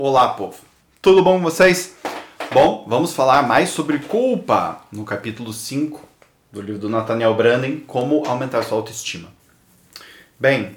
Olá, povo! Tudo bom com vocês? Bom, vamos falar mais sobre culpa no capítulo 5 do livro do Nathaniel Branden, Como Aumentar Sua Autoestima. Bem,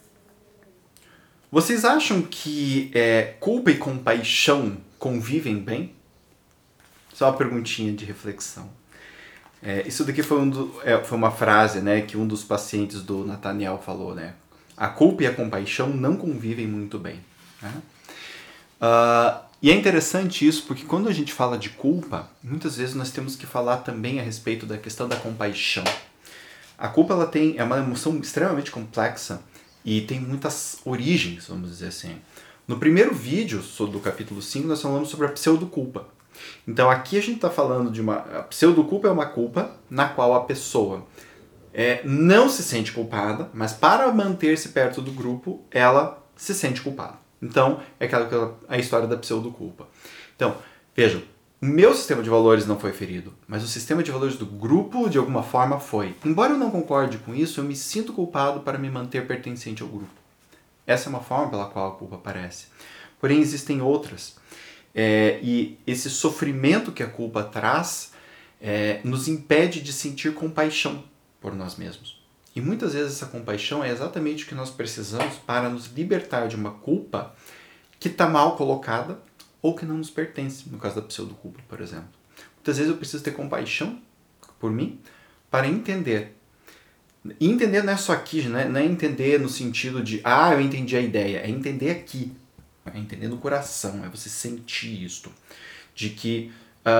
vocês acham que culpa e compaixão convivem bem? Só uma perguntinha de reflexão. Isso daqui foi uma frase, né, que um dos pacientes do Nathaniel falou, né? A culpa e a compaixão não convivem muito bem, né? E é interessante isso, porque quando a gente fala de culpa, muitas vezes nós temos que falar também a respeito da questão da compaixão. A culpa é uma emoção extremamente complexa e tem muitas origens, vamos dizer assim. No primeiro vídeo do capítulo 5, nós falamos sobre a pseudo-culpa. Então aqui a gente está falando de a pseudo-culpa é uma culpa na qual a pessoa não se sente culpada, mas para manter-se perto do grupo, ela se sente culpada. Então, é a história da pseudo-culpa. Então, vejam, o meu sistema de valores não foi ferido, mas o sistema de valores do grupo, de alguma forma, foi. Embora eu não concorde com isso, eu me sinto culpado para me manter pertencente ao grupo. Essa é uma forma pela qual a culpa aparece. Porém, existem outras. E esse sofrimento que a culpa traz nos impede de sentir compaixão por nós mesmos. E muitas vezes essa compaixão é exatamente o que nós precisamos para nos libertar de uma culpa que está mal colocada ou que não nos pertence, no caso da pseudo-culpa, por exemplo. Muitas vezes eu preciso ter compaixão por mim para entender. E entender não é só aqui, não é entender no sentido de, eu entendi a ideia, é entender aqui, é entender no coração, é você sentir isto, de que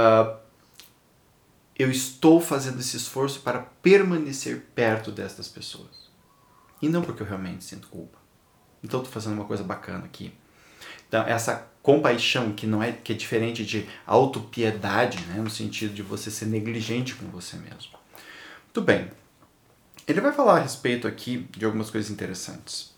eu estou fazendo esse esforço para permanecer perto destas pessoas. E não porque eu realmente sinto culpa. Então estou fazendo uma coisa bacana aqui. Então essa compaixão que é diferente de autopiedade, né, no sentido de você ser negligente com você mesmo. Muito bem. Ele vai falar a respeito aqui de algumas coisas interessantes.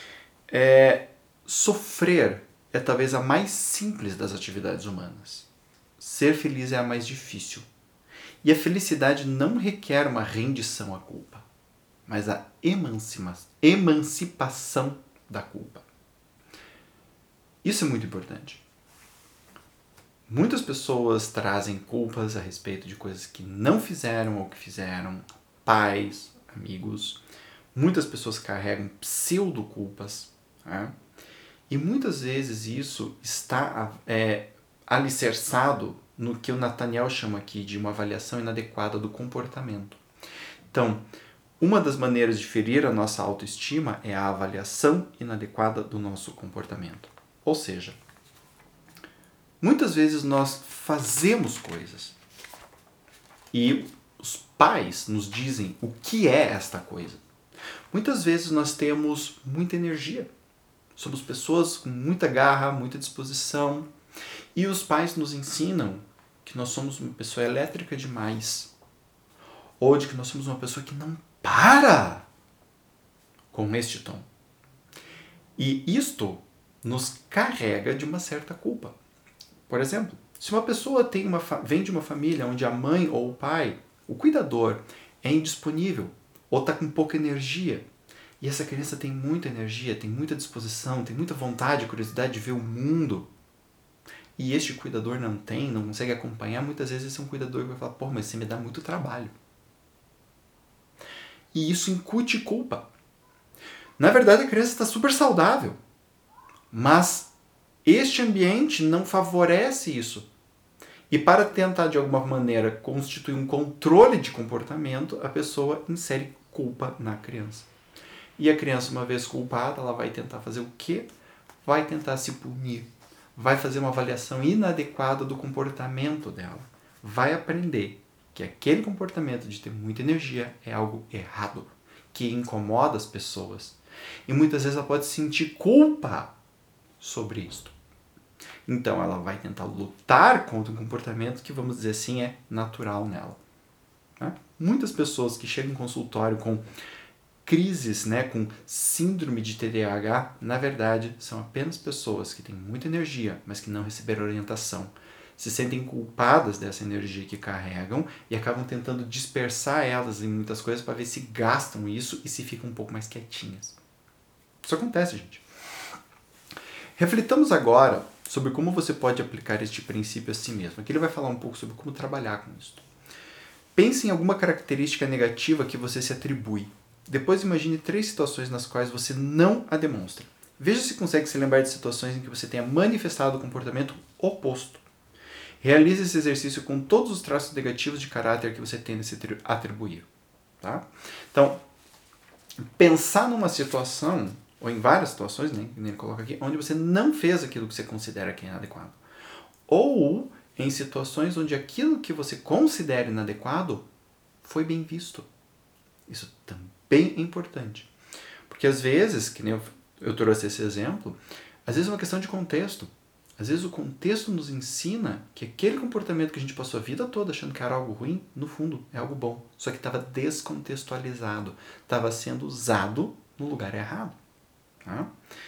Sofrer é talvez a mais simples das atividades humanas. Ser feliz é a mais difícil. E a felicidade não requer uma rendição à culpa, mas a emancipação da culpa. Isso é muito importante. Muitas pessoas trazem culpas a respeito de coisas que não fizeram ou que fizeram, pais, amigos. Muitas pessoas carregam pseudo-culpas, né? E muitas vezes isso está alicerçado no que o Nathaniel chama aqui de uma avaliação inadequada do comportamento. Então, uma das maneiras de ferir a nossa autoestima é a avaliação inadequada do nosso comportamento. Ou seja, muitas vezes nós fazemos coisas e os pais nos dizem o que é esta coisa. Muitas vezes nós temos muita energia, somos pessoas com muita garra, muita disposição, e os pais nos ensinam que nós somos uma pessoa elétrica demais, ou de que nós somos uma pessoa que não para com este tom. E isto nos carrega de uma certa culpa. Por exemplo, se uma pessoa vem de uma família onde a mãe ou o pai, o cuidador, é indisponível ou está com pouca energia, e essa criança tem muita energia, tem muita disposição, tem muita vontade, curiosidade de ver o mundo, e este cuidador não consegue acompanhar, muitas vezes esse é um cuidador que vai falar, mas você me dá muito trabalho. E isso incute culpa. Na verdade, a criança está super saudável, mas este ambiente não favorece isso. E para tentar, de alguma maneira, constituir um controle de comportamento, a pessoa insere culpa na criança. E a criança, uma vez culpada, ela vai tentar fazer o quê? Vai tentar se punir. Vai fazer uma avaliação inadequada do comportamento dela. Vai aprender que aquele comportamento de ter muita energia é algo errado, que incomoda as pessoas. E muitas vezes ela pode sentir culpa sobre isto. Então ela vai tentar lutar contra um comportamento que, vamos dizer assim, é natural nela. Né? Muitas pessoas que chegam em consultório com crises, com síndrome de TDAH, na verdade, são apenas pessoas que têm muita energia, mas que não receberam orientação. Se sentem culpadas dessa energia que carregam e acabam tentando dispersar elas em muitas coisas para ver se gastam isso e se ficam um pouco mais quietinhas. Isso acontece, gente. Reflitamos agora sobre como você pode aplicar este princípio a si mesmo. Aqui ele vai falar um pouco sobre como trabalhar com isso. Pense em alguma característica negativa que você se atribui. Depois imagine 3 situações nas quais você não a demonstra. Veja se consegue se lembrar de situações em que você tenha manifestado o comportamento oposto. Realize esse exercício com todos os traços negativos de caráter que você tende a se atribuir. Tá? Então, pensar numa situação, ou em várias situações, né, que ele coloca aqui, onde você não fez aquilo que você considera que é inadequado. Ou em situações onde aquilo que você considera inadequado foi bem visto. Isso também é importante. Porque às vezes, que nem eu trouxe esse exemplo, às vezes é uma questão de contexto. Às vezes o contexto nos ensina que aquele comportamento que a gente passou a vida toda achando que era algo ruim, no fundo é algo bom. Só que estava descontextualizado. Estava sendo usado no lugar errado. Tá?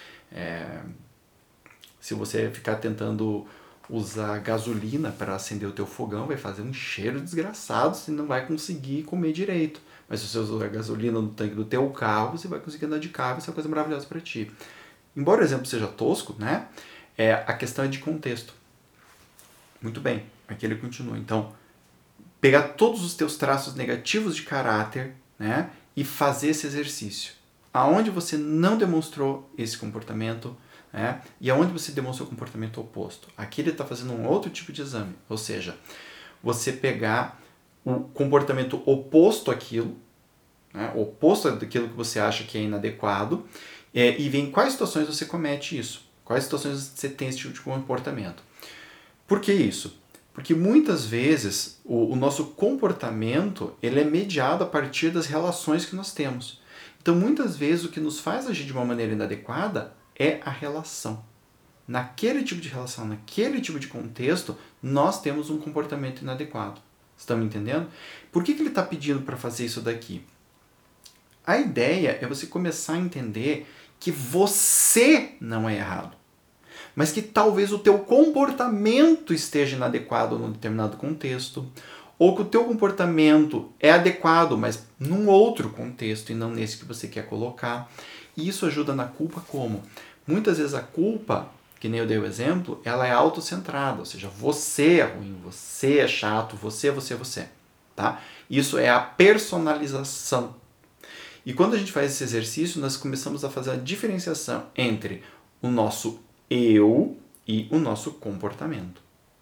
Se você ficar tentando usar gasolina para acender o teu fogão, vai fazer um cheiro desgraçado, você não vai conseguir comer direito. Mas se você usar gasolina no tanque do teu carro, você vai conseguir andar de carro, isso é uma coisa maravilhosa para ti. Embora o exemplo seja tosco, né? A questão é de contexto. Muito bem, aqui ele continua. Então, pegar todos os teus traços negativos de caráter, né? E fazer esse exercício. Aonde você não demonstrou esse comportamento, né? E aonde você demonstrou o comportamento oposto. Aqui ele está fazendo um outro tipo de exame. Ou seja, você pegar o comportamento oposto àquilo, né? Oposto daquilo que você acha que é inadequado, e ver em quais situações você comete isso. Quais situações você tem esse tipo de comportamento. Por que isso? Porque muitas vezes o nosso comportamento ele é mediado a partir das relações que nós temos. Então, muitas vezes, o que nos faz agir de uma maneira inadequada é a relação. Naquele tipo de relação, naquele tipo de contexto, nós temos um comportamento inadequado. Estão me entendendo? Por que ele está pedindo para fazer isso daqui? A ideia é você começar a entender que você não é errado, mas que talvez o teu comportamento esteja inadequado num determinado contexto, ou que o teu comportamento é adequado, mas num outro contexto e não nesse que você quer colocar. E isso ajuda na culpa como? Muitas vezes a culpa, que nem eu dei o exemplo, ela é autocentrada, ou seja, você é ruim, você é chato, você. Tá? Isso é a personalização. E quando a gente faz esse exercício, nós começamos a fazer a diferenciação entre o nosso eu e o nosso comportamento.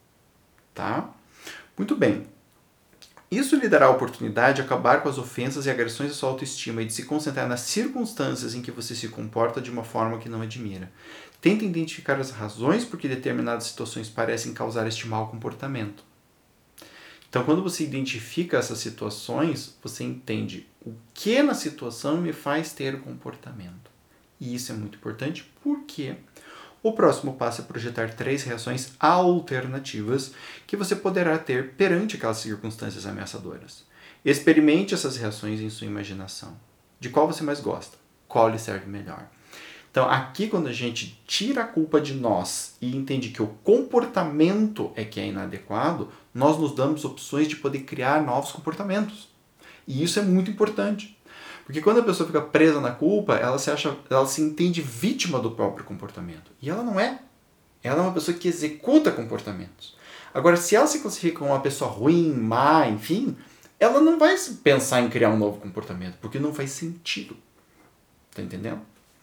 Tá? Muito bem. Isso lhe dará a oportunidade de acabar com as ofensas e agressões à sua autoestima e de se concentrar nas circunstâncias em que você se comporta de uma forma que não admira. Tente identificar as razões por que determinadas situações parecem causar este mau comportamento. Então, quando você identifica essas situações, você entende o que na situação me faz ter o comportamento. E isso é muito importante porque o próximo passo é projetar 3 reações alternativas que você poderá ter perante aquelas circunstâncias ameaçadoras. Experimente essas reações em sua imaginação. De qual você mais gosta? Qual lhe serve melhor? Então, aqui quando a gente tira a culpa de nós e entende que o comportamento é que é inadequado, nós nos damos opções de poder criar novos comportamentos. E isso é muito importante. Porque quando a pessoa fica presa na culpa, ela se entende vítima do próprio comportamento. E ela não é. Ela é uma pessoa que executa comportamentos. Agora, se ela se classifica como uma pessoa ruim, má, enfim, ela não vai pensar em criar um novo comportamento, porque não faz sentido. Tá entendendo?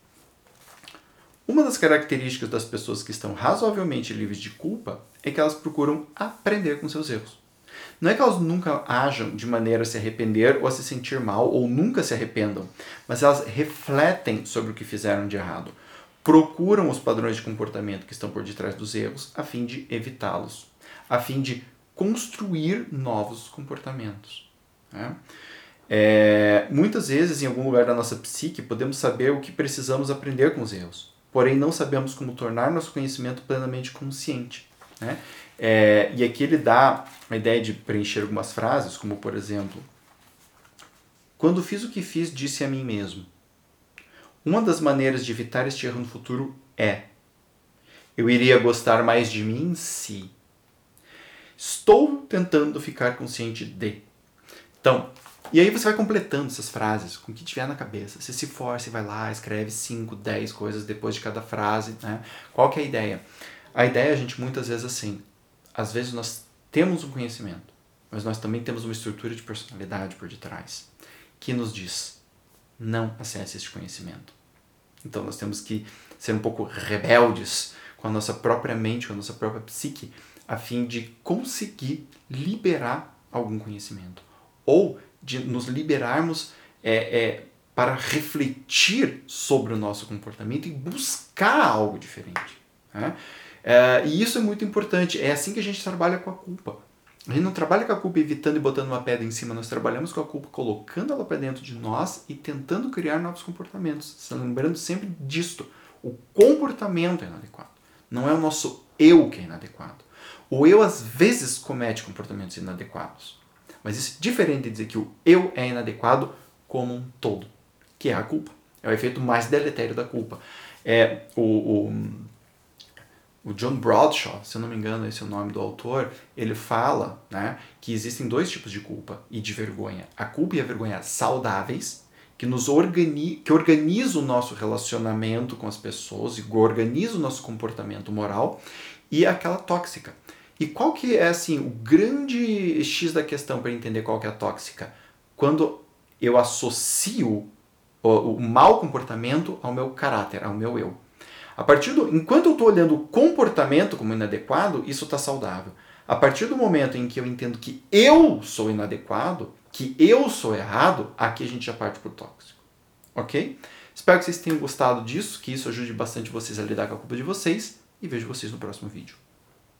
Uma das características das pessoas que estão razoavelmente livres de culpa é que elas procuram aprender com seus erros. Não é que elas nunca ajam de maneira a se arrepender ou a se sentir mal, ou nunca se arrependam, mas elas refletem sobre o que fizeram de errado, procuram os padrões de comportamento que estão por detrás dos erros a fim de evitá-los, a fim de construir novos comportamentos. Né? Muitas vezes, em algum lugar da nossa psique, podemos saber o que precisamos aprender com os erros, porém não sabemos como tornar nosso conhecimento plenamente consciente. Né? E aqui ele dá a ideia de preencher algumas frases, como por exemplo, quando fiz o que fiz, disse a mim mesmo, uma das maneiras de evitar este erro no futuro é, eu iria gostar mais de mim se estou tentando ficar consciente de. Então, e aí você vai completando essas frases com o que tiver na cabeça. Você se força e vai lá, escreve 5, 10 coisas depois de cada frase. Né? Qual que é a ideia? A ideia é a gente muitas vezes assim, às vezes nós temos um conhecimento, mas nós também temos uma estrutura de personalidade por detrás, que nos diz, não acesse este conhecimento. Então nós temos que ser um pouco rebeldes com a nossa própria mente, com a nossa própria psique, a fim de conseguir liberar algum conhecimento. Ou de nos liberarmos para refletir sobre o nosso comportamento e buscar algo diferente. Né? E isso é muito importante. É assim que a gente trabalha com a culpa. A gente não trabalha com a culpa evitando e botando uma pedra em cima, nós trabalhamos com a culpa colocando ela para dentro de nós e tentando criar novos comportamentos. Lembrando sempre disto. O comportamento é inadequado. Não é o nosso eu que é inadequado. O eu às vezes comete comportamentos inadequados. Mas isso é diferente de dizer que o eu é inadequado como um todo, que é a culpa. É o efeito mais deletério da culpa. O John Bradshaw, se eu não me engano, esse é o nome do autor, ele fala, né, que existem dois tipos de culpa e de vergonha. A culpa e a vergonha saudáveis, que organiza o nosso relacionamento com as pessoas e organiza o nosso comportamento moral, e aquela tóxica. E qual que é assim, o grande X da questão para entender qual que é a tóxica? Quando eu associo o mau comportamento ao meu caráter, ao meu eu. Enquanto eu estou olhando o comportamento como inadequado, isso está saudável. A partir do momento em que eu entendo que eu sou inadequado, que eu sou errado, aqui a gente já parte para o tóxico. Ok? Espero que vocês tenham gostado disso, que isso ajude bastante vocês a lidar com a culpa de vocês e vejo vocês no próximo vídeo.